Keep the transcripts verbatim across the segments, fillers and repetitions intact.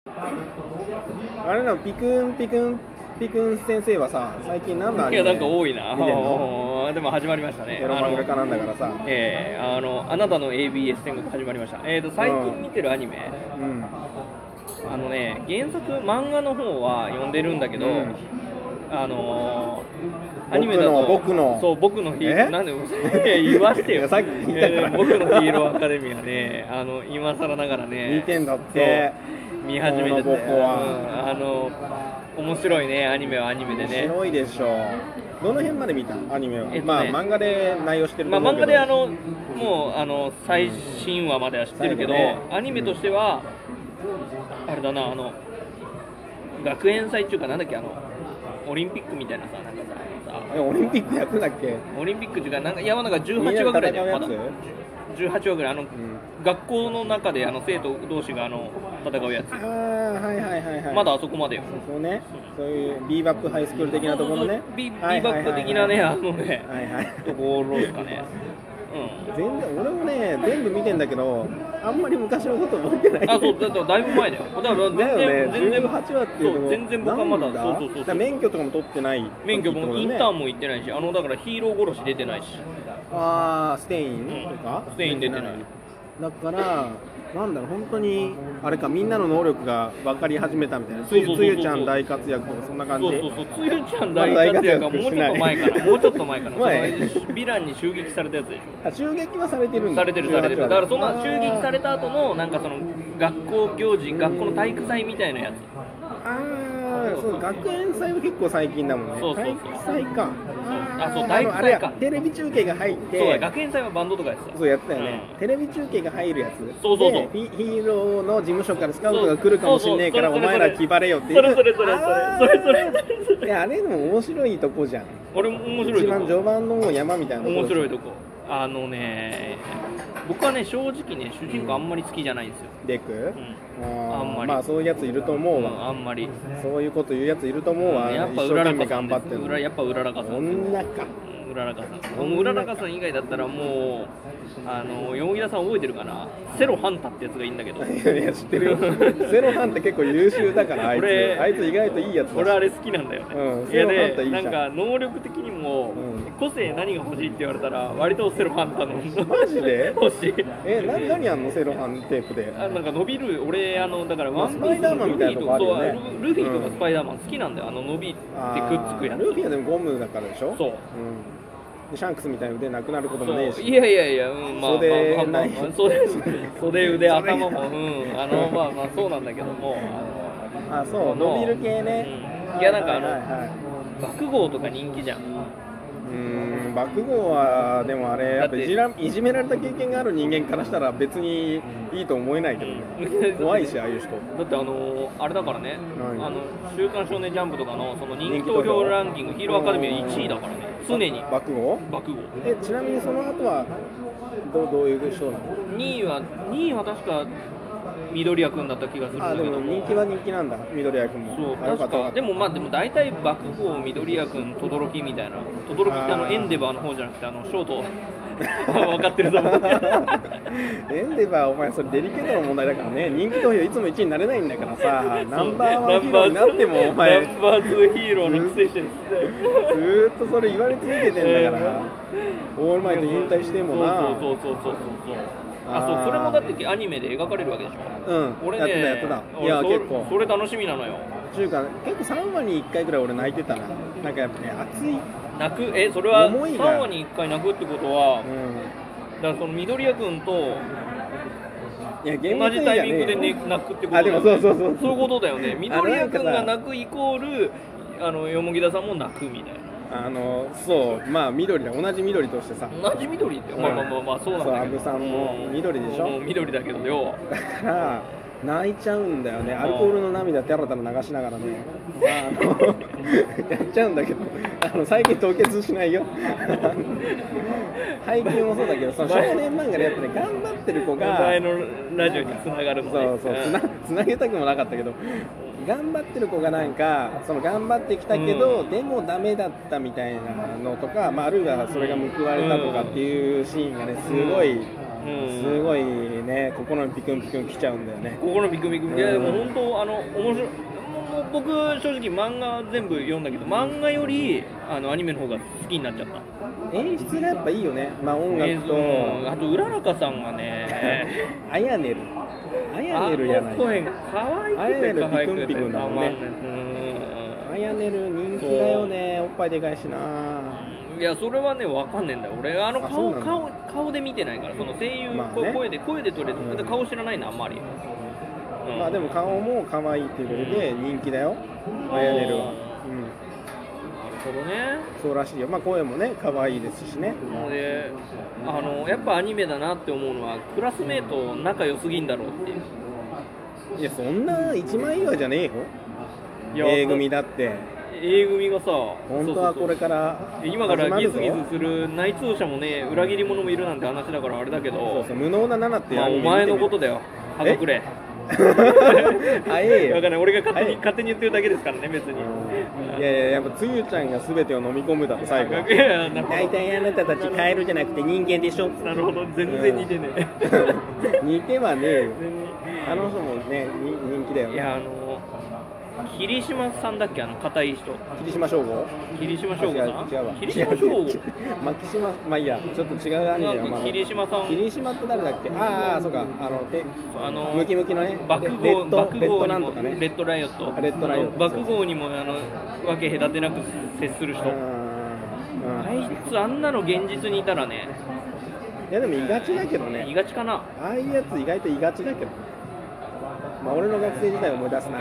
あれなのピクンピクンピクン先生はさ、最近何のアニメいやなんか多いな。 見てんの？ でも始まりましたね。 エロ漫画家なんだからさ。 えー、あのあなたの エービーエス 天国始まりました。えーと最近見てるアニメ、 うん、 あのね原作漫画の方は読んでるんだけど、うん、あのー、アニメだと僕のそう僕のヒーローなんで言わしてよ。 さっき聞いたから、 えー、僕のヒーローアカデミーはね、あの今更ながらね見てんだって。 見始めてて、 僕は、 うん、あの面白いね、アニメはアニメでね。 面白いでしょう。どの辺まで見たアニメは、えっとね、まあ漫画で内容してると思うけど、 まあ、漫画であのもうあの最新話までは知ってるけど、ね、アニメとしては、うん、あれだな、あの学園祭っていうかなんだっけ、あのオリンピックみたいなさ、なんかさ、 オリンピックやってたっけ？ オリンピックっていうかなんか、いや、なんかじゅうはちわぐらいだよ、まだじゅうはちわぐらい、あの、うん、学校の中であの生徒同士があの戦うやつ。 ああ、はいはいはいはい。 まだあそこまでよ。 そうね。そういうビーバップハイスクール的なところね。 ビーバップ的なね、あのね、 はいはい、 ところですかね。 うん、全然俺もね全部見てんだけど、あんまり昔のこと覚えてない。 あ、そうだってだいぶ前だよ。だから全然だよね、じゅうはちわっていうと全然僕はまだそうそうそうそう、 免許とかも取ってない、ね、 免許もインターンも行ってないし、あのだからヒーロー殺し出てないし。 ああ、ステインとか、 うん、ステイン出てない。 だからなんだろう、本当にあれか、みんなの能力が分かり始めたみたいな。つゆつゆちゃん大活躍とかそんな感じ。 そうそうそう、つゆちゃん大活躍はもうちょっと前かな。もうちょっと前かな。前ヴィランに襲撃されたやつでしょ。 あ、襲撃はされてるんだ。 されてるされてる。だからその襲撃された後のなんかその学校行事、学校の体育祭みたいなやつ。 ああ、そう、学園祭は結構最近だもんね。そうそうそう、体育祭か。 あ、そう、体育祭か。 テレビ中継が入って、 そうだ、学園祭はバンドとかやってた。 そうやってたよね、うん、テレビ中継が入るやつ。 そうそうそう。 ヒーローの事務所からスカウトが来るかもしんねえから、お前ら気張れよっていう。 それそれそれそれそれそれ。いや、あれでも面白いとこじゃん。 俺も面白いとこ。 一番序盤のもう山みたいなとこ。 面白いとこ。あのね、僕はね、正直ね、主人公あんまり好きじゃないんですよ。 デク、うん、あ, あんまり。 まあそういうやついると思うわ、うん、 あんまりそういうこと言うやついると思うわ、うん、 やっぱうららかさんです。やっぱうららかさん。 女か。 うららかさん。うららかさん以外だったらもう、あの、よもぎださん覚えてるかな、セロハンタってやつがいいんだけど。 いやいや、知ってるよ。セロハンって結構優秀だから、あいつ。あいつ意外といいやつだ。 俺あれ好きなんだよね。 うん、セロハンタいいじゃん。 なんか能力的にも、うん、個性何が欲しいって言われたら、割とセロハンタの。 マジで欲しい。 え、な何やんのセロハンテープで。 あ、なんか伸びる、俺、あの、だからワンピース、スパイダーマンみたいなとこあるよね。 ルフィとかスパイダーマン好きなんだよ、あの伸びってくっつくやつ。 ルフィはでもゴムだからでしょ。 そう。 うん、シャンクスみたいな腕なくなることもねえし。 いやいやいや、うん、まあ、 袖、 まあまあまあ、袖、袖腕、頭も、うん、あの、まあまあ、そうなんだけども。 あ、そう、伸びる系ね。 うん、いや、なんかあの、爆豪とか人気じゃん。 うーん、爆豪はでもあれやっぱいじらいじめられた経験がある人間からしたら別にいいと思えないけどね。怖いし、ああいう人。 だってあのあれだからね、あの週刊少年ジャンプとかのその人気投票ランキングヒーローアカデミーいちいだからね、常に。 爆豪？ 爆豪。 え、ちなみにその後はどうどういう人なの？ にいはにいは確か緑谷くんだった気がするんだけども。 あ、でも人気は人気なんだ、緑谷くんも。 そう、確か。でもまあでも大体爆豪、緑谷くん、轟みたいな。轟ってあのエンデバーの方じゃなくてあのショート分かってると思う。 エンデバー、お前それデリケートな問題だからね。人気投票いつもいちいになれないんだからさ、ナンバーワンヒーローになってもお前ナンバーツーヒーローのくせしてる。 ずーっとそれ言われ続けてんだから、オールマイト引退してもな。 そうそうそうそうそうそう。あ、そう、それもだってアニメで描かれるわけでしょ。 うん、 俺ね、 やってたやってた。いや、結構それ楽しみなのよ。 中華結構さんわにいっかいぐらい俺泣いてたな。なんかやっぱね、熱い。 泣く、え、それはさんわにいっかい泣くってことは、うん、だからその緑谷君といや同じタイミングで、ね、泣くってことだよね。 あ、でもそうそうそう。 そういうことだよね。緑谷君が泣くイコール、あのよもぎださんも泣くみたいな。 あのそう、まあ緑だ、同じ緑としてさ。 同じ緑って、うん、まあまあまあまあそうなんだけど。 そう、阿部さんも緑でしょ。 もう緑だけどよ。 だから泣いちゃうんだよね。アルコールの涙てらたら流しながらね。あのやっちゃうんだけど、あの最近凍結しないよ。配給もそうだけど、その少年漫画でやっぱね、頑張ってる子が前のラジオにつながるのね。 そうそう、つな、つなげたくもなかったけど、頑張ってる子がなんかその頑張ってきたけど、うん、でもダメだったみたいなのとか、まあ、あるいはそれが報われたとかっていうシーンがね、すごいうんすごいね、心にピクンピクン来ちゃうんだよね。 心のビクビク、 うんいやでも本当あの面白い。もう僕正直漫画全部読んだけど、漫画よりあのアニメの方が好きになっちゃった。 演出がやっぱいいよね。まあ音楽と、 うんあとうららかさんがねあやねる。あやねるじゃない。 あの声が可愛くて可愛くてピクンピクンだもんねたまんないうんあやねる人気だよね。おっぱいでかいしな。 いやそれはねわかんねえんだよ俺あの顔あそうなんだ顔顔で見てないからその声優、 まあね声で声で撮れてうん顔知らないのあんまり、うんまあでも顔も可愛いっていうことで人気だよ。あやねるは。うん。 なるほどね。 そうらしいよ。まあ声もね可愛いですしね。 であのやっぱアニメだなって思うのはクラスメート仲良すぎんだろうっていういやそんな一枚岩じゃねえよ。 いや A 組だって A 組がさ本当はこれからそうそうそう今からギスギ始まるぞスする内通者もね裏切り者もいるなんて話だからあれだけそうどそう無能なななってまあおアニメ前の見てみことだよはがくれあええよわかんない俺が勝手にはい勝手に言ってるだけですからね別にいやいややっぱつゆちゃんが全てを飲み込むだと最後いやなるほど大体あなたたちカエルじゃなくて人間でしょなるほど全然似てねえ似てはねえよ全然あの人もねに人気だよねいやあの霧島さんだっけあの硬い人霧島翔吾霧島翔吾さん違う違うわ霧島翔吾牧島まあいいやちょっと違うアニメはまだ霧島さん霧島って誰だっけああそうかあのてあのムキムキのね爆レッド豪爆レッド豪にもなんとかねレッドライオットあレッドライオット爆豪にもあのわけ隔てなく接する人うんうんあいつあんなの現実にいたらねいやでもいがちだけど言いねがちかなああいうやつ意外といがちだけどまあ俺の学生時代を思い出すな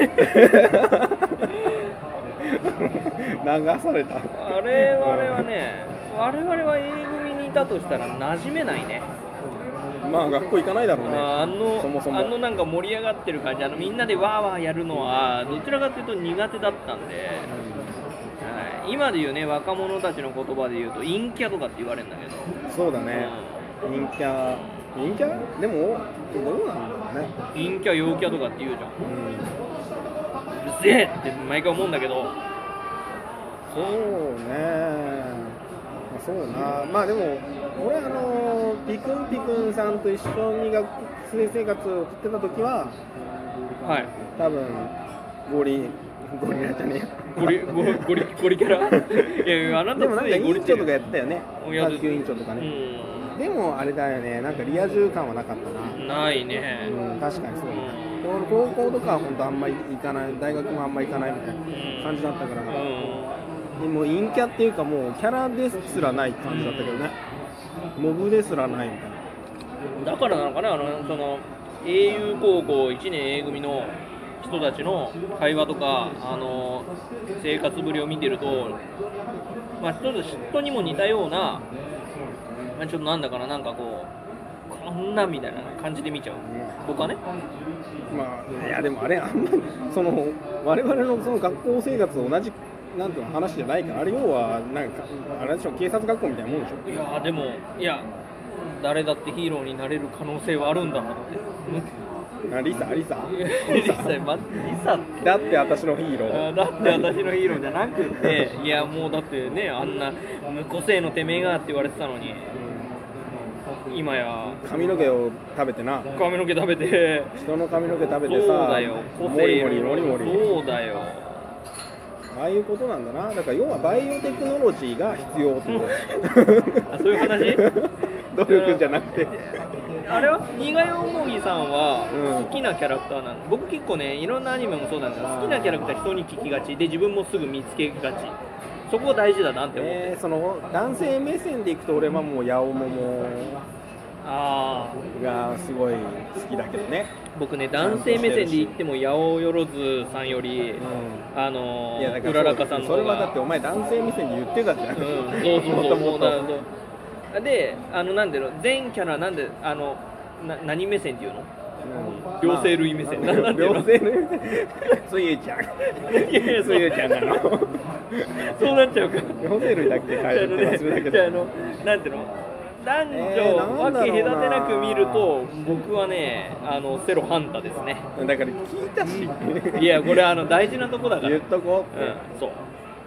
流された我々はね我々は A 組にいたとしたら馴染めないねまあ学校行かないだろうねあのそもそもあのなんか盛り上がってる感じあのみんなでわーわーやるのはどちらかというと苦手だったんで、はい、今で言うね若者たちの言葉で言うと陰キャとかって言われるんだけどそうだね陰キャ陰キャでもどうなんだろうね陰キャ陽キャとかって言うじゃんうんうるせえって毎回思うんだけどそうねまあそうなまあでも俺あのピクンピクンさんと一緒に学生生活を送ってた時ははい多分ゴリゴリラじゃねえやゴリゴリゴリゴリキャラいやいやあなたでもなんか委員長とかやってたよねや学級委員長とかうね、 んでもあれだよねなんかリア充感はなかったなないねうん確かにそうだねで俺高校とかは本当あんまり行かない大学もあんまり行かないみたいな感じだったから、 うでも陰キャっていうかもうキャラですらない感じだったけどねモブですらないみたいんだからなのかなあのその英雄高校いちねん A 組の人たちの会話とかあの生活ぶりを見てるとまあ一つ嫉妬にも似たようなまあちょっとなんだかななんかこうこんなみたいな感じで見ちゃう僕はねなまあいやでもあれあんまりその我々のその学校生活と同じなんていうの話じゃないからあれ要はなんかあれでしょ警察学校みたいなもんでしょいやでもいや誰だってヒーローになれる可能性はあるんだなってあリサリサリサ、ま、リサってだって私のヒーローあだって私のヒーローじゃなくていやもうだってねあんな無個性のてめえがって言われてたのに今や髪の毛を食べてな髪の毛食べて人の髪の毛食べてさそうだよ個モ性リモリモリモリそうだよああいうことなんだなだから要はバイオテクノロジーが必要ってこあそういう話と努力じゃなくてあれは苦いおもぎさんはうん好きなキャラクターなの、僕結構ねいろんなアニメもそうなんですけど好きなキャラクター人に聞きがちで自分もすぐ見つけがちそこ大事だなって思って、 えー、その男性目線でいくと俺はもう八尾桃ああがすごい好きだけどね僕ね男性目線で言っても八百万さんより、 うあのいやだー、うららかさんのそれ方がはだってお前男性目線で言ってたじゃん、 うん、そうそうそうもうだからであのなんでの全キャラなんであのな何目線っていうの両生類目線まあななんていうの両生類目線つゆちゃんいやいやつゆちゃんなのそうなっちゃうか両生類だっけじゃあ変えるって忘れたけどじゃああのなんていうの男女、 えーなんだろうな分け隔てなく見ると僕はねあのセロハンタですねだから聞いたしいやこれあの大事なとこだから言っとこうって、 うん、そう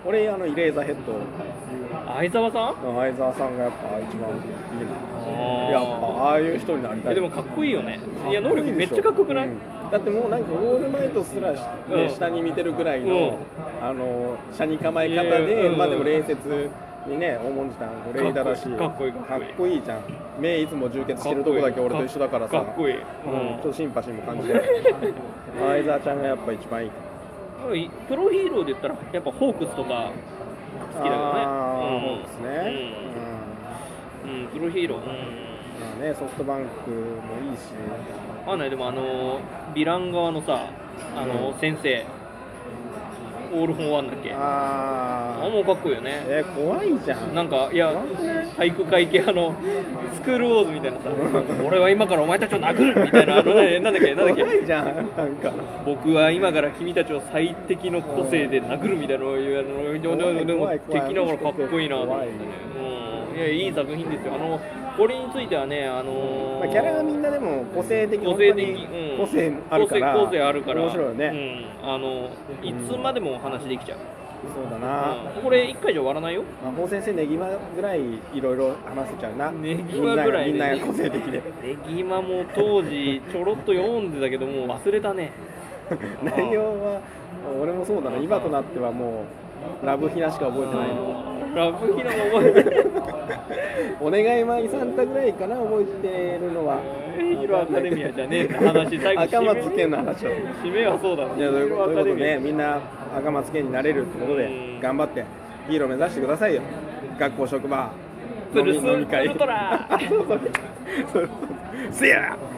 俺あのイレーザーヘッド相沢さん相沢さんがやっぱ一番いいあーな。やっぱああいう人になりたい。 えでもかっこいいよね。いや能力めっちゃかっこよくない、 うんだってもうなんかオールマイトすらし、ねうん下に見てるくらいの、 うんあの車に構え方いやで、 うんまあでも礼節にね重んじたんレイダーらしいかっこいいかかっっこいいこいいじゃん。目いつも充血してるとこだけ俺と一緒だからさ、 かっこいい、 うん、ちょっとシンパシーも感じて相沢ちゃんがやっぱ一番いい。 うん、プロヒーローで言ったらやっぱホークスとか好きだけどね。 あーうんホークスね、 うん、うん、プロヒーロー、うん、 うんまあね、ソフトバンクもいいし、 あんないでもあのヴィラン側のさあの、 うん先生オールフォンワンだっけ。ああもうかっこいいよね。 ーえ怖いじゃん。 なんかいや体育会系あのスクールウォーズみたいなさ俺は今からお前たちを殴るみたいなあのねなんだっけなんだっけ怖いじゃんなんか僕は今から君たちを最適の個性で殴るみたいなのを言うあのでもでも怖い怖い敵ながらかっこいいなと思ってね。うんいやいい作品ですよ。あのこれについてはねあのーまあ、キャラがみんなでも個性的、 個性的、 本当にうん個性あるから、 個性個性あるから面白いよね、 うん、あのいつまでもお話できちゃう、 そうだな、 うんこれいっかいじゃ終わらないよ。 まあ、法先生ねぎまぐらいいろいろ話せちゃうな、 ねぎまぐらいでみんながみんなが個性的でネギマも当時ちょろっと読んでたけどもう忘れたね。 内容は俺もそうだな、今となってはもうラブヒナしか覚えてないの。 ラブヒナも覚えてないお願いマイサンタぐらいかな、覚えてるのは。 ヒーローアカデミアじゃねえって話最後赤松健の話を。 締めはそうだね。 いやということということでね、 ヒーローアカデミみんな赤松健になれるってことでうん頑張ってヒーロー目指してくださいよ。学校職場プルス飲み飲み会ウルトラそうそうそうせや